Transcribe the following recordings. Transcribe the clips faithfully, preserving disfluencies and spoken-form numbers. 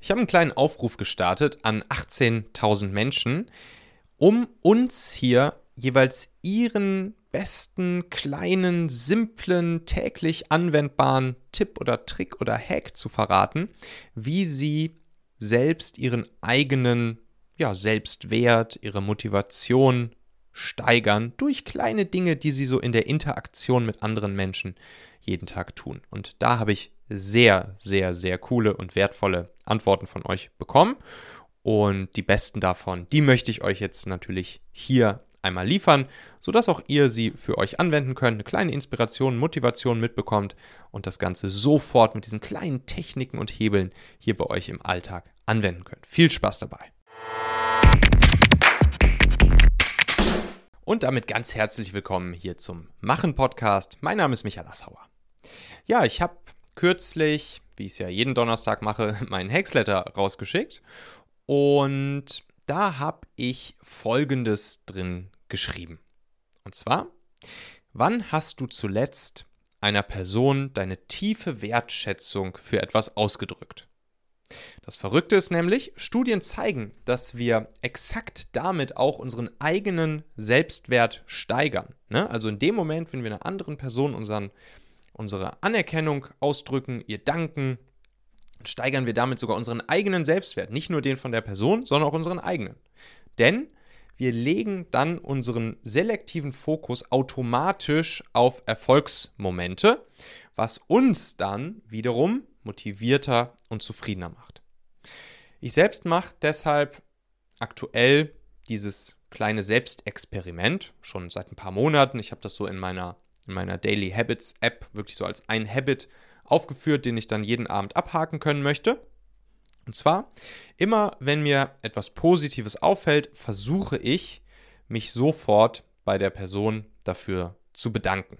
Ich habe einen kleinen Aufruf gestartet an achtzehntausend Menschen, um uns hier jeweils ihren besten, kleinen, simplen, täglich anwendbaren Tipp oder Trick oder Hack zu verraten, wie sie selbst ihren eigenen ja, Selbstwert, ihre Motivation steigern durch kleine Dinge, die sie so in der Interaktion mit anderen Menschen jeden Tag tun. Und da habe ich sehr, sehr, sehr coole und wertvolle Antworten von euch bekommen. Und die besten davon, die möchte ich euch jetzt natürlich hier einmal liefern, sodass auch ihr sie für euch anwenden könnt, eine kleine Inspiration, Motivation mitbekommt und das Ganze sofort mit diesen kleinen Techniken und Hebeln hier bei euch im Alltag anwenden könnt. Viel Spaß dabei! Und damit ganz herzlich willkommen hier zum Machen-Podcast. Mein Name ist Michael Assauer. Ja, ich habe kürzlich, wie ich es ja jeden Donnerstag mache, meinen Hacksletter rausgeschickt und da habe ich Folgendes drin geschrieben. Und zwar, wann hast du zuletzt einer Person deine tiefe Wertschätzung für etwas ausgedrückt? Das Verrückte ist nämlich, Studien zeigen, dass wir exakt damit auch unseren eigenen Selbstwert steigern. Ne? Also in dem Moment, wenn wir einer anderen Person unseren, unsere Anerkennung ausdrücken, ihr danken, steigern wir damit sogar unseren eigenen Selbstwert. Nicht nur den von der Person, sondern auch unseren eigenen. Denn wir legen dann unseren selektiven Fokus automatisch auf Erfolgsmomente, was uns dann wiederum motivierter und zufriedener macht. Ich selbst mache deshalb aktuell dieses kleine Selbstexperiment schon seit ein paar Monaten. Ich habe das so in meiner, in meiner Daily Habits App wirklich so als ein Habit aufgeführt, den ich dann jeden Abend abhaken können möchte. Und zwar, immer wenn mir etwas Positives auffällt, versuche ich, mich sofort bei der Person dafür zu bedanken.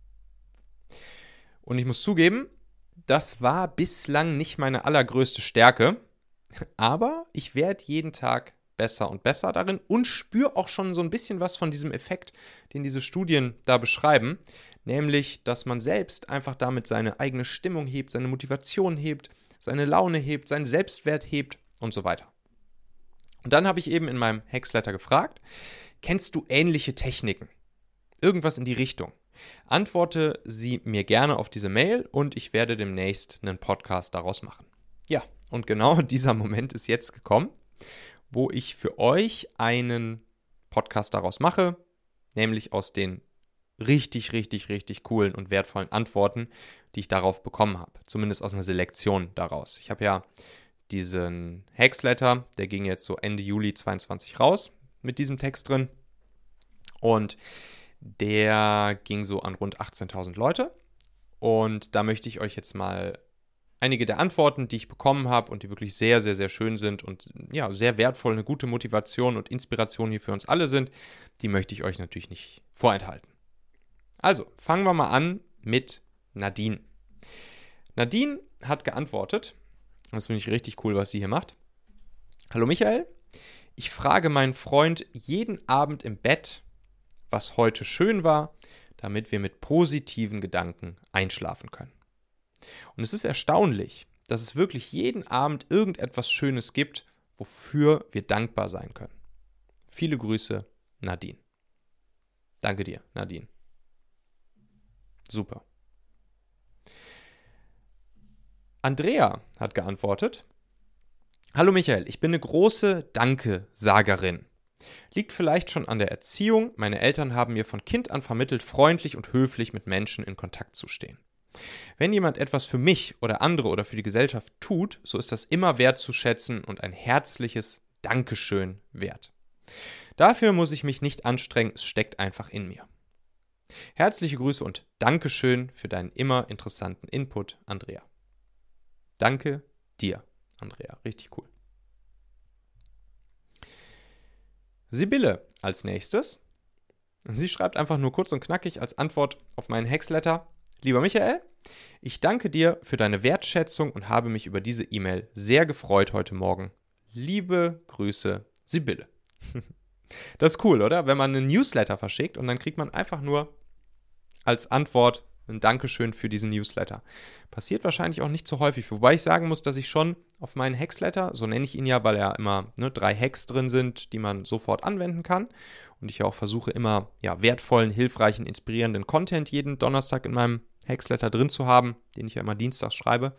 Und ich muss zugeben, das war bislang nicht meine allergrößte Stärke, aber ich werde jeden Tag besser und besser darin und spüre auch schon so ein bisschen was von diesem Effekt, den diese Studien da beschreiben, nämlich, dass man selbst einfach damit seine eigene Stimmung hebt, seine Motivation hebt, seine Laune hebt, seinen Selbstwert hebt und so weiter. Und dann habe ich eben in meinem Hacksletter gefragt, kennst du ähnliche Techniken? Irgendwas in die Richtung. Antworte sie mir gerne auf diese Mail und ich werde demnächst einen Podcast daraus machen. Ja, und genau dieser Moment ist jetzt gekommen, wo ich für euch einen Podcast daraus mache, nämlich aus den richtig, richtig, richtig coolen und wertvollen Antworten, die ich darauf bekommen habe. Zumindest aus einer Selektion daraus. Ich habe ja diesen Hacksletter, der ging jetzt so Ende Juli zweiundzwanzig raus mit diesem Text drin und der ging so an rund achtzehntausend Leute und da möchte ich euch jetzt mal einige der Antworten, die ich bekommen habe und die wirklich sehr, sehr, sehr schön sind und ja, sehr wertvoll, eine gute Motivation und Inspiration hier für uns alle sind, die möchte ich euch natürlich nicht vorenthalten. Also, fangen wir mal an mit Nadine. Nadine hat geantwortet, das finde ich richtig cool, was sie hier macht. Hallo Michael, ich frage meinen Freund jeden Abend im Bett, was heute schön war, damit wir mit positiven Gedanken einschlafen können. Und es ist erstaunlich, dass es wirklich jeden Abend irgendetwas Schönes gibt, wofür wir dankbar sein können. Viele Grüße, Nadine. Danke dir, Nadine. Super. Andrea hat geantwortet. Hallo Michael, ich bin eine große Danke-Sagerin. Liegt vielleicht schon an der Erziehung. Meine Eltern haben mir von Kind an vermittelt, freundlich und höflich mit Menschen in Kontakt zu stehen. Wenn jemand etwas für mich oder andere oder für die Gesellschaft tut, so ist das immer wertzuschätzen und ein herzliches Dankeschön wert. Dafür muss ich mich nicht anstrengen, es steckt einfach in mir. Herzliche Grüße und Dankeschön für deinen immer interessanten Input, Andrea. Danke dir, Andrea. Richtig cool. Sibylle als nächstes. Sie schreibt einfach nur kurz und knackig als Antwort auf meinen Hacksletter. Lieber Michael, ich danke dir für deine Wertschätzung und habe mich über diese E-Mail sehr gefreut heute Morgen. Liebe Grüße, Sibylle. Das ist cool, oder? Wenn man einen Newsletter verschickt und dann kriegt man einfach nur als Antwort ein Dankeschön für diesen Newsletter. Passiert wahrscheinlich auch nicht so häufig, wobei ich sagen muss, dass ich schon auf meinen Hacksletter, so nenne ich ihn ja, weil ja immer ne, drei Hacks drin sind, die man sofort anwenden kann und ich ja auch versuche immer ja, wertvollen, hilfreichen, inspirierenden Content jeden Donnerstag in meinem Hacksletter drin zu haben, den ich ja immer dienstags schreibe,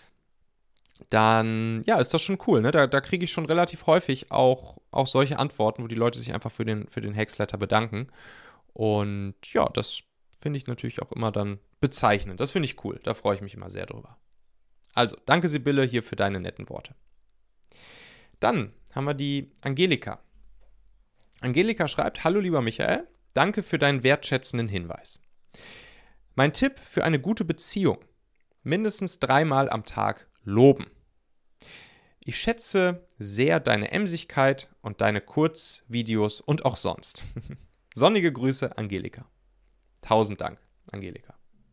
dann ja, ist das schon cool. Ne? Da, da kriege ich schon relativ häufig auch, auch solche Antworten, wo die Leute sich einfach für den, für den Hacksletter bedanken. Und ja, das finde ich natürlich auch immer dann bezeichnend. Das finde ich cool. Da freue ich mich immer sehr drüber. Also, danke Sibylle hier für deine netten Worte. Dann haben wir die Angelika. Angelika schreibt: Hallo lieber Michael, danke für deinen wertschätzenden Hinweis. Mein Tipp für eine gute Beziehung: mindestens dreimal am Tag loben. Ich schätze sehr deine Emsigkeit und deine Kurzvideos und auch sonst. Sonnige Grüße, Angelika. Tausend Dank, Angelika.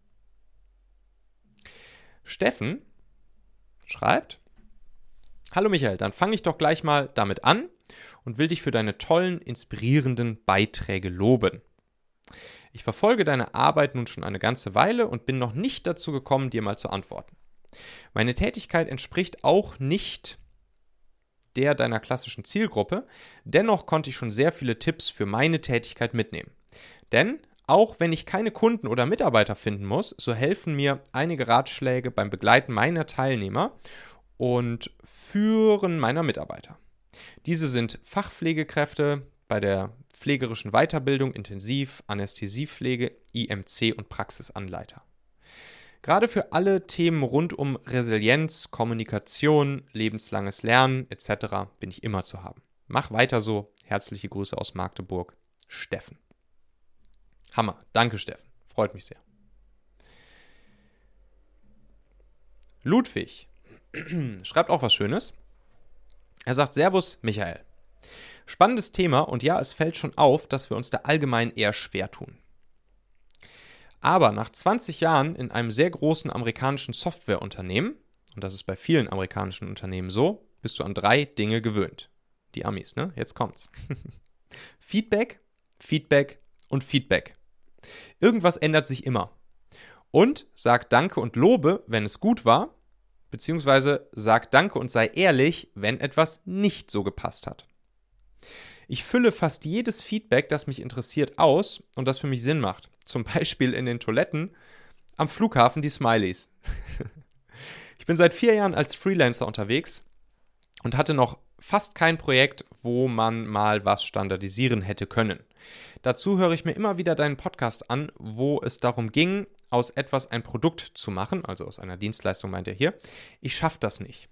Steffen schreibt: Hallo Michael, dann fange ich doch gleich mal damit an und will dich für deine tollen, inspirierenden Beiträge loben. Ich verfolge deine Arbeit nun schon eine ganze Weile und bin noch nicht dazu gekommen, dir mal zu antworten. Meine Tätigkeit entspricht auch nicht der deiner klassischen Zielgruppe, dennoch konnte ich schon sehr viele Tipps für meine Tätigkeit mitnehmen. Denn auch wenn ich keine Kunden oder Mitarbeiter finden muss, so helfen mir einige Ratschläge beim Begleiten meiner Teilnehmer und Führen meiner Mitarbeiter. Diese sind Fachpflegekräfte bei der pflegerischen Weiterbildung, Intensiv-, Anästhesiepflege, I M C und Praxisanleiter. Gerade für alle Themen rund um Resilienz, Kommunikation, lebenslanges Lernen et cetera bin ich immer zu haben. Mach weiter so. Herzliche Grüße aus Magdeburg, Steffen. Hammer. Danke, Steffen. Freut mich sehr. Ludwig schreibt auch was Schönes. Er sagt: Servus, Michael. Spannendes Thema und ja, es fällt schon auf, dass wir uns da allgemein eher schwer tun. Aber nach zwanzig Jahren in einem sehr großen amerikanischen Softwareunternehmen, und das ist bei vielen amerikanischen Unternehmen so, bist du an drei Dinge gewöhnt. Die Amis, ne? Jetzt kommt's. Feedback, Feedback und Feedback. Irgendwas ändert sich immer. Und sag Danke und lobe, wenn es gut war, beziehungsweise sag Danke und sei ehrlich, wenn etwas nicht so gepasst hat. Ich fülle fast jedes Feedback, das mich interessiert, aus und das für mich Sinn macht. Zum Beispiel in den Toiletten, am Flughafen die Smileys. Ich bin seit vier Jahren als Freelancer unterwegs und hatte noch fast kein Projekt, wo man mal was standardisieren hätte können. Dazu höre ich mir immer wieder deinen Podcast an, wo es darum ging, aus etwas ein Produkt zu machen, also aus einer Dienstleistung meint er hier. Ich schaffe das nicht.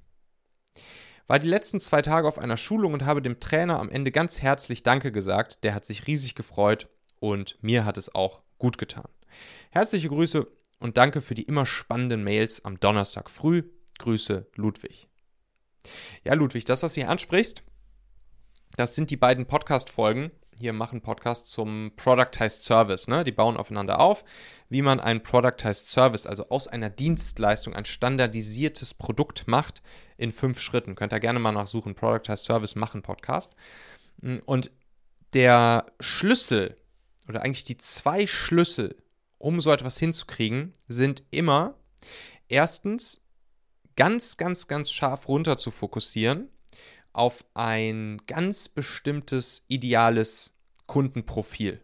War die letzten zwei Tage auf einer Schulung und habe dem Trainer am Ende ganz herzlich Danke gesagt. Der hat sich riesig gefreut und mir hat es auch gut getan. Herzliche Grüße und danke für die immer spannenden Mails am Donnerstag früh. Grüße, Ludwig. Ja, Ludwig, das, was du hier ansprichst, das sind die beiden Podcast-Folgen. Hier machen Podcasts zum Productized Service. Ne? Die bauen aufeinander auf, wie man ein Productized Service, also aus einer Dienstleistung, ein standardisiertes Produkt macht in fünf Schritten. Könnt ihr gerne mal nachsuchen. Productized Service machen Podcast. Und der Schlüssel oder eigentlich die zwei Schlüssel, um so etwas hinzukriegen, sind immer erstens ganz, ganz, ganz scharf runter zu fokussieren auf ein ganz bestimmtes, ideales Kundenprofil.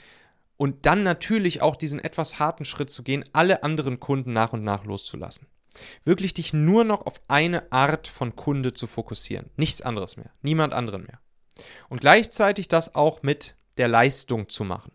Und dann natürlich auch diesen etwas harten Schritt zu gehen, alle anderen Kunden nach und nach loszulassen. Wirklich dich nur noch auf eine Art von Kunde zu fokussieren. Nichts anderes mehr. Niemand anderen mehr. Und gleichzeitig das auch mit der Leistung zu machen.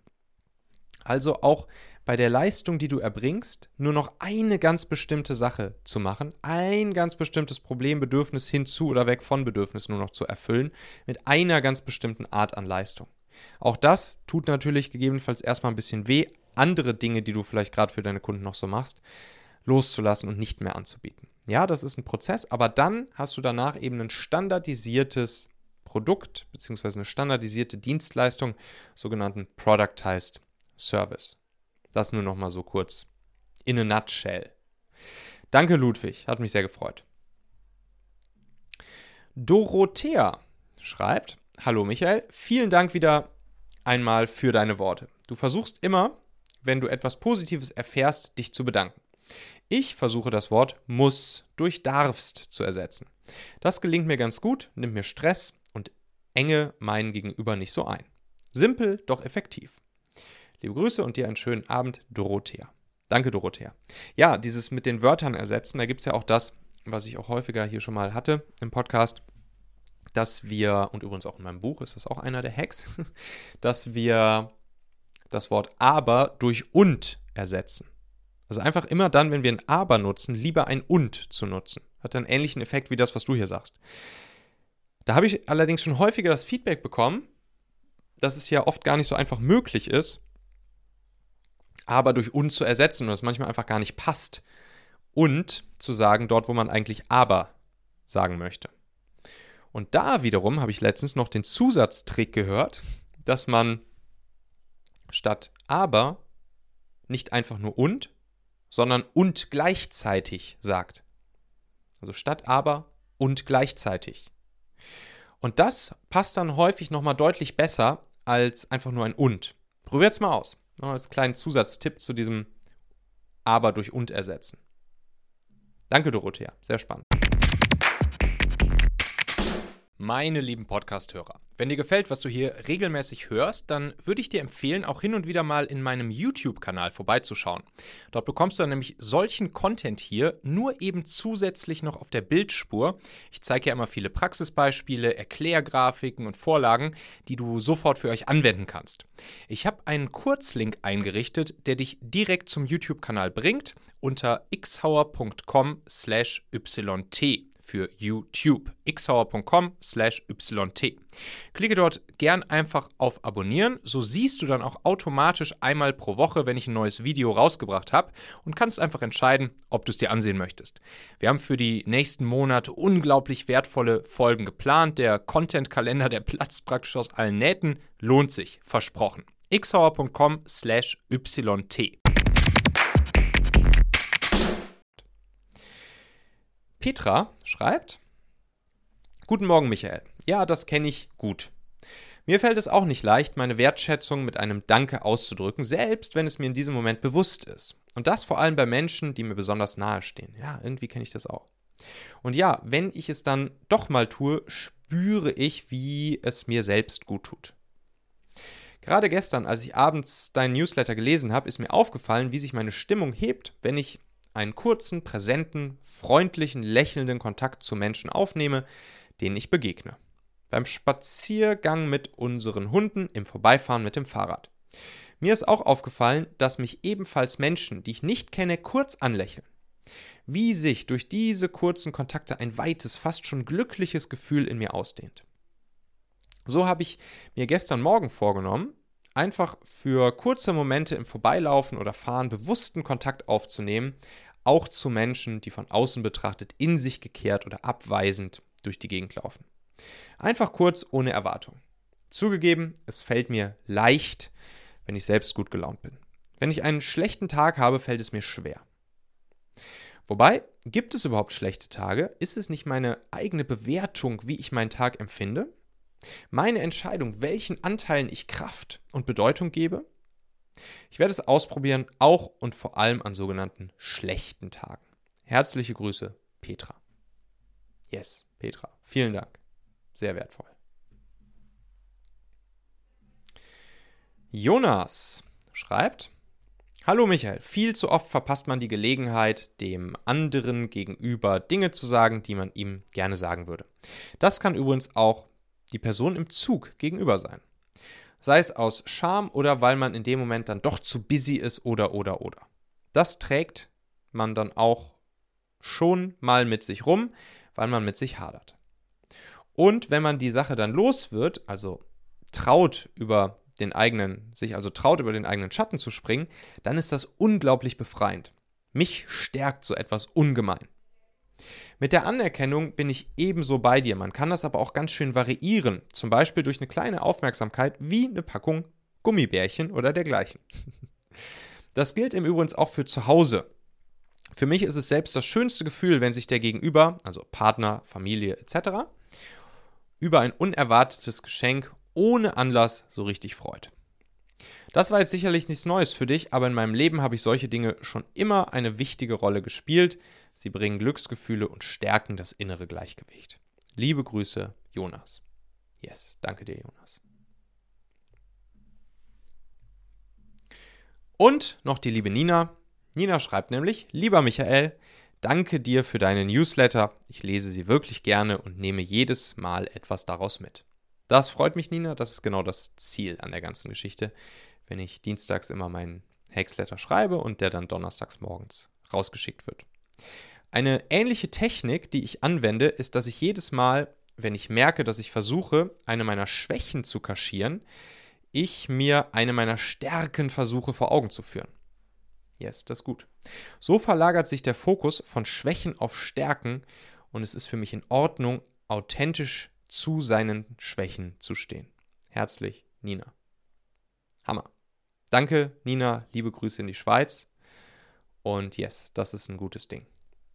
Also auch bei der Leistung, die du erbringst, nur noch eine ganz bestimmte Sache zu machen, ein ganz bestimmtes Problem, Bedürfnis hinzu oder weg von Bedürfnis nur noch zu erfüllen, mit einer ganz bestimmten Art an Leistung. Auch das tut natürlich gegebenenfalls erstmal ein bisschen weh, andere Dinge, die du vielleicht gerade für deine Kunden noch so machst, loszulassen und nicht mehr anzubieten. Ja, das ist ein Prozess, aber dann hast du danach eben ein standardisiertes Produkt bzw. eine standardisierte Dienstleistung, sogenannten Productized Service. Das nur noch mal so kurz in a nutshell. Danke, Ludwig. Hat mich sehr gefreut. Dorothea schreibt: Hallo Michael, vielen Dank wieder einmal für deine Worte. Du versuchst immer, wenn du etwas Positives erfährst, dich zu bedanken. Ich versuche das Wort muss durch darfst zu ersetzen. Das gelingt mir ganz gut, nimmt mir Stress und enge meinen Gegenüber nicht so ein. Simpel, doch effektiv. Liebe Grüße und dir einen schönen Abend, Dorothea. Danke, Dorothea. Ja, dieses mit den Wörtern ersetzen, da gibt es ja auch das, was ich auch häufiger hier schon mal hatte im Podcast, dass wir, und übrigens auch in meinem Buch ist das auch einer der Hacks, dass wir das Wort aber durch und ersetzen. Also einfach immer dann, wenn wir ein aber nutzen, lieber ein und zu nutzen. Hat einen ähnlichen Effekt wie das, was du hier sagst. Da habe ich allerdings schon häufiger das Feedback bekommen, dass es ja oft gar nicht so einfach möglich ist, aber durch und zu ersetzen und das manchmal einfach gar nicht passt. Und zu sagen dort, wo man eigentlich aber sagen möchte. Und da wiederum habe ich letztens noch den Zusatztrick gehört, dass man statt aber nicht einfach nur und, sondern und gleichzeitig sagt. Also statt aber und gleichzeitig. Und das passt dann häufig nochmal deutlich besser als einfach nur ein und. Probiert's mal aus. Noch als kleinen Zusatztipp zu diesem aber durch und ersetzen. Danke, Dorothea. Sehr spannend. Meine lieben Podcast-Hörer, wenn dir gefällt, was du hier regelmäßig hörst, dann würde ich dir empfehlen, auch hin und wieder mal in meinem YouTube-Kanal vorbeizuschauen. Dort bekommst du dann nämlich solchen Content hier, nur eben zusätzlich noch auf der Bildspur. Ich zeige ja immer viele Praxisbeispiele, Erklärgrafiken und Vorlagen, die du sofort für euch anwenden kannst. Ich habe einen Kurzlink eingerichtet, der dich direkt zum YouTube-Kanal bringt, unter xhauer punkt com slash yt. Für YouTube. xhauer punkt com slash yt. Klicke dort gern einfach auf Abonnieren, so siehst du dann auch automatisch einmal pro Woche, wenn ich ein neues Video rausgebracht habe und kannst einfach entscheiden, ob du es dir ansehen möchtest. Wir haben für die nächsten Monate unglaublich wertvolle Folgen geplant. Der Content-Kalender, der platzt praktisch aus allen Nähten, lohnt sich, versprochen. xhauer punkt com slash yt. Petra schreibt: Guten Morgen, Michael. Ja, das kenne ich gut. Mir fällt es auch nicht leicht, meine Wertschätzung mit einem Danke auszudrücken, selbst wenn es mir in diesem Moment bewusst ist. Und das vor allem bei Menschen, die mir besonders nahe stehen. Ja, irgendwie kenne ich das auch. Und ja, wenn ich es dann doch mal tue, spüre ich, wie es mir selbst gut tut. Gerade gestern, als ich abends deinen Newsletter gelesen habe, ist mir aufgefallen, wie sich meine Stimmung hebt, wenn ich einen kurzen, präsenten, freundlichen, lächelnden Kontakt zu Menschen aufnehme, denen ich begegne. Beim Spaziergang mit unseren Hunden, im Vorbeifahren mit dem Fahrrad. Mir ist auch aufgefallen, dass mich ebenfalls Menschen, die ich nicht kenne, kurz anlächeln. Wie sich durch diese kurzen Kontakte ein weites, fast schon glückliches Gefühl in mir ausdehnt. So habe ich mir gestern Morgen vorgenommen, einfach für kurze Momente im Vorbeilaufen oder Fahren bewussten Kontakt aufzunehmen, auch zu Menschen, die von außen betrachtet in sich gekehrt oder abweisend durch die Gegend laufen. Einfach kurz, ohne Erwartung. Zugegeben, es fällt mir leicht, wenn ich selbst gut gelaunt bin. Wenn ich einen schlechten Tag habe, fällt es mir schwer. Wobei, gibt es überhaupt schlechte Tage? Ist es nicht meine eigene Bewertung, wie ich meinen Tag empfinde? Meine Entscheidung, welchen Anteilen ich Kraft und Bedeutung gebe? Ich werde es ausprobieren, auch und vor allem an sogenannten schlechten Tagen. Herzliche Grüße, Petra. Yes, Petra. Vielen Dank. Sehr wertvoll. Jonas schreibt: Hallo Michael, viel zu oft verpasst man die Gelegenheit, dem anderen gegenüber Dinge zu sagen, die man ihm gerne sagen würde. Das kann übrigens auch die Person im Zug gegenüber sein. Sei es aus Scham oder weil man in dem Moment dann doch zu busy ist oder, oder, oder. Das trägt man dann auch schon mal mit sich rum, weil man mit sich hadert. Und wenn man die Sache dann los wird, also traut über den eigenen, sich also traut über den eigenen Schatten zu springen, dann ist das unglaublich befreiend. Mich stärkt so etwas ungemein. Mit der Anerkennung bin ich ebenso bei dir. Man kann das aber auch ganz schön variieren. Zum Beispiel durch eine kleine Aufmerksamkeit wie eine Packung Gummibärchen oder dergleichen. Das gilt im Übrigen auch für zu Hause. Für mich ist es selbst das schönste Gefühl, wenn sich der Gegenüber, also Partner, Familie et cetera, über ein unerwartetes Geschenk ohne Anlass so richtig freut. Das war jetzt sicherlich nichts Neues für dich, aber in meinem Leben habe ich solche Dinge schon immer eine wichtige Rolle gespielt. Sie bringen Glücksgefühle und stärken das innere Gleichgewicht. Liebe Grüße, Jonas. Yes, danke dir, Jonas. Und noch die liebe Nina. Nina schreibt nämlich: Lieber Michael, danke dir für deine Newsletter. Ich lese sie wirklich gerne und nehme jedes Mal etwas daraus mit. Das freut mich, Nina. Das ist genau das Ziel an der ganzen Geschichte, wenn ich dienstags immer meinen Hexletter schreibe und der dann donnerstags morgens rausgeschickt wird. Eine ähnliche Technik, die ich anwende, ist, dass ich jedes Mal, wenn ich merke, dass ich versuche, eine meiner Schwächen zu kaschieren, ich mir eine meiner Stärken versuche vor Augen zu führen. Yes, das ist gut. So verlagert sich der Fokus von Schwächen auf Stärken und es ist für mich in Ordnung, authentisch zu seinen Schwächen zu stehen. Herzlich, Nina. Hammer. Danke, Nina. Liebe Grüße in die Schweiz. Und yes, das ist ein gutes Ding.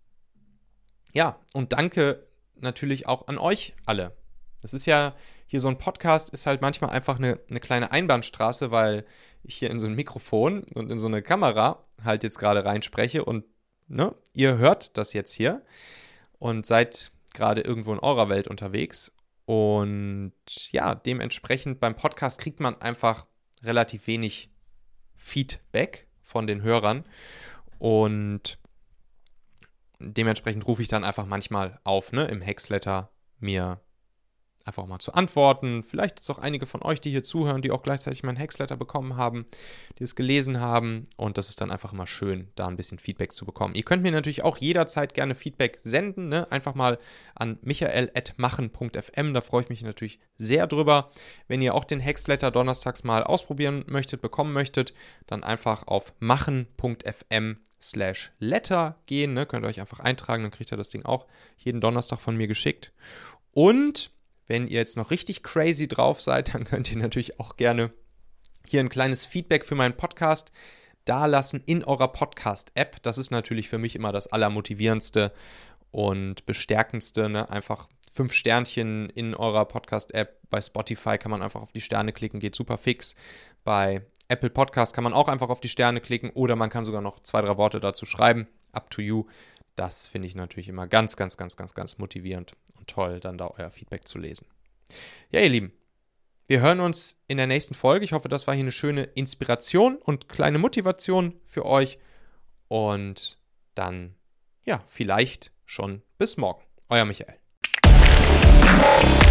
Ja, und danke natürlich auch an euch alle. Das ist ja, hier so ein Podcast ist halt manchmal einfach eine, eine kleine Einbahnstraße, weil ich hier in so ein Mikrofon und in so eine Kamera halt jetzt gerade reinspreche und ne, ihr hört das jetzt hier und seid gerade irgendwo in eurer Welt unterwegs. Und ja, dementsprechend beim Podcast kriegt man einfach relativ wenig Feedback von den Hörern und dementsprechend rufe ich dann einfach manchmal auf, ne, im Hexletter mir einfach mal zu antworten. Vielleicht ist auch einige von euch, die hier zuhören, die auch gleichzeitig meinen Hexletter bekommen haben, die es gelesen haben. Und das ist dann einfach immer schön, da ein bisschen Feedback zu bekommen. Ihr könnt mir natürlich auch jederzeit gerne Feedback senden, ne? Einfach mal an michael at machen punkt f m. Da freue ich mich natürlich sehr drüber. Wenn ihr auch den Hexletter donnerstags mal ausprobieren möchtet, bekommen möchtet, dann einfach auf machen punkt f m slash letter gehen. Ne? Könnt ihr euch einfach eintragen, dann kriegt ihr das Ding auch jeden Donnerstag von mir geschickt. Und wenn ihr jetzt noch richtig crazy drauf seid, dann könnt ihr natürlich auch gerne hier ein kleines Feedback für meinen Podcast dalassen in eurer Podcast-App. Das ist natürlich für mich immer das Allermotivierendste und Bestärkendste. Ne? Einfach fünf Sternchen in eurer Podcast-App. Bei Spotify kann man einfach auf die Sterne klicken, geht super fix. Bei Apple Podcast kann man auch einfach auf die Sterne klicken oder man kann sogar noch zwei, drei Worte dazu schreiben. Up to you. Das finde ich natürlich immer ganz, ganz, ganz, ganz, ganz motivierend und toll, dann da euer Feedback zu lesen. Ja, ihr Lieben, wir hören uns in der nächsten Folge. Ich hoffe, das war hier eine schöne Inspiration und kleine Motivation für euch. Und dann, ja, vielleicht schon bis morgen. Euer Michael.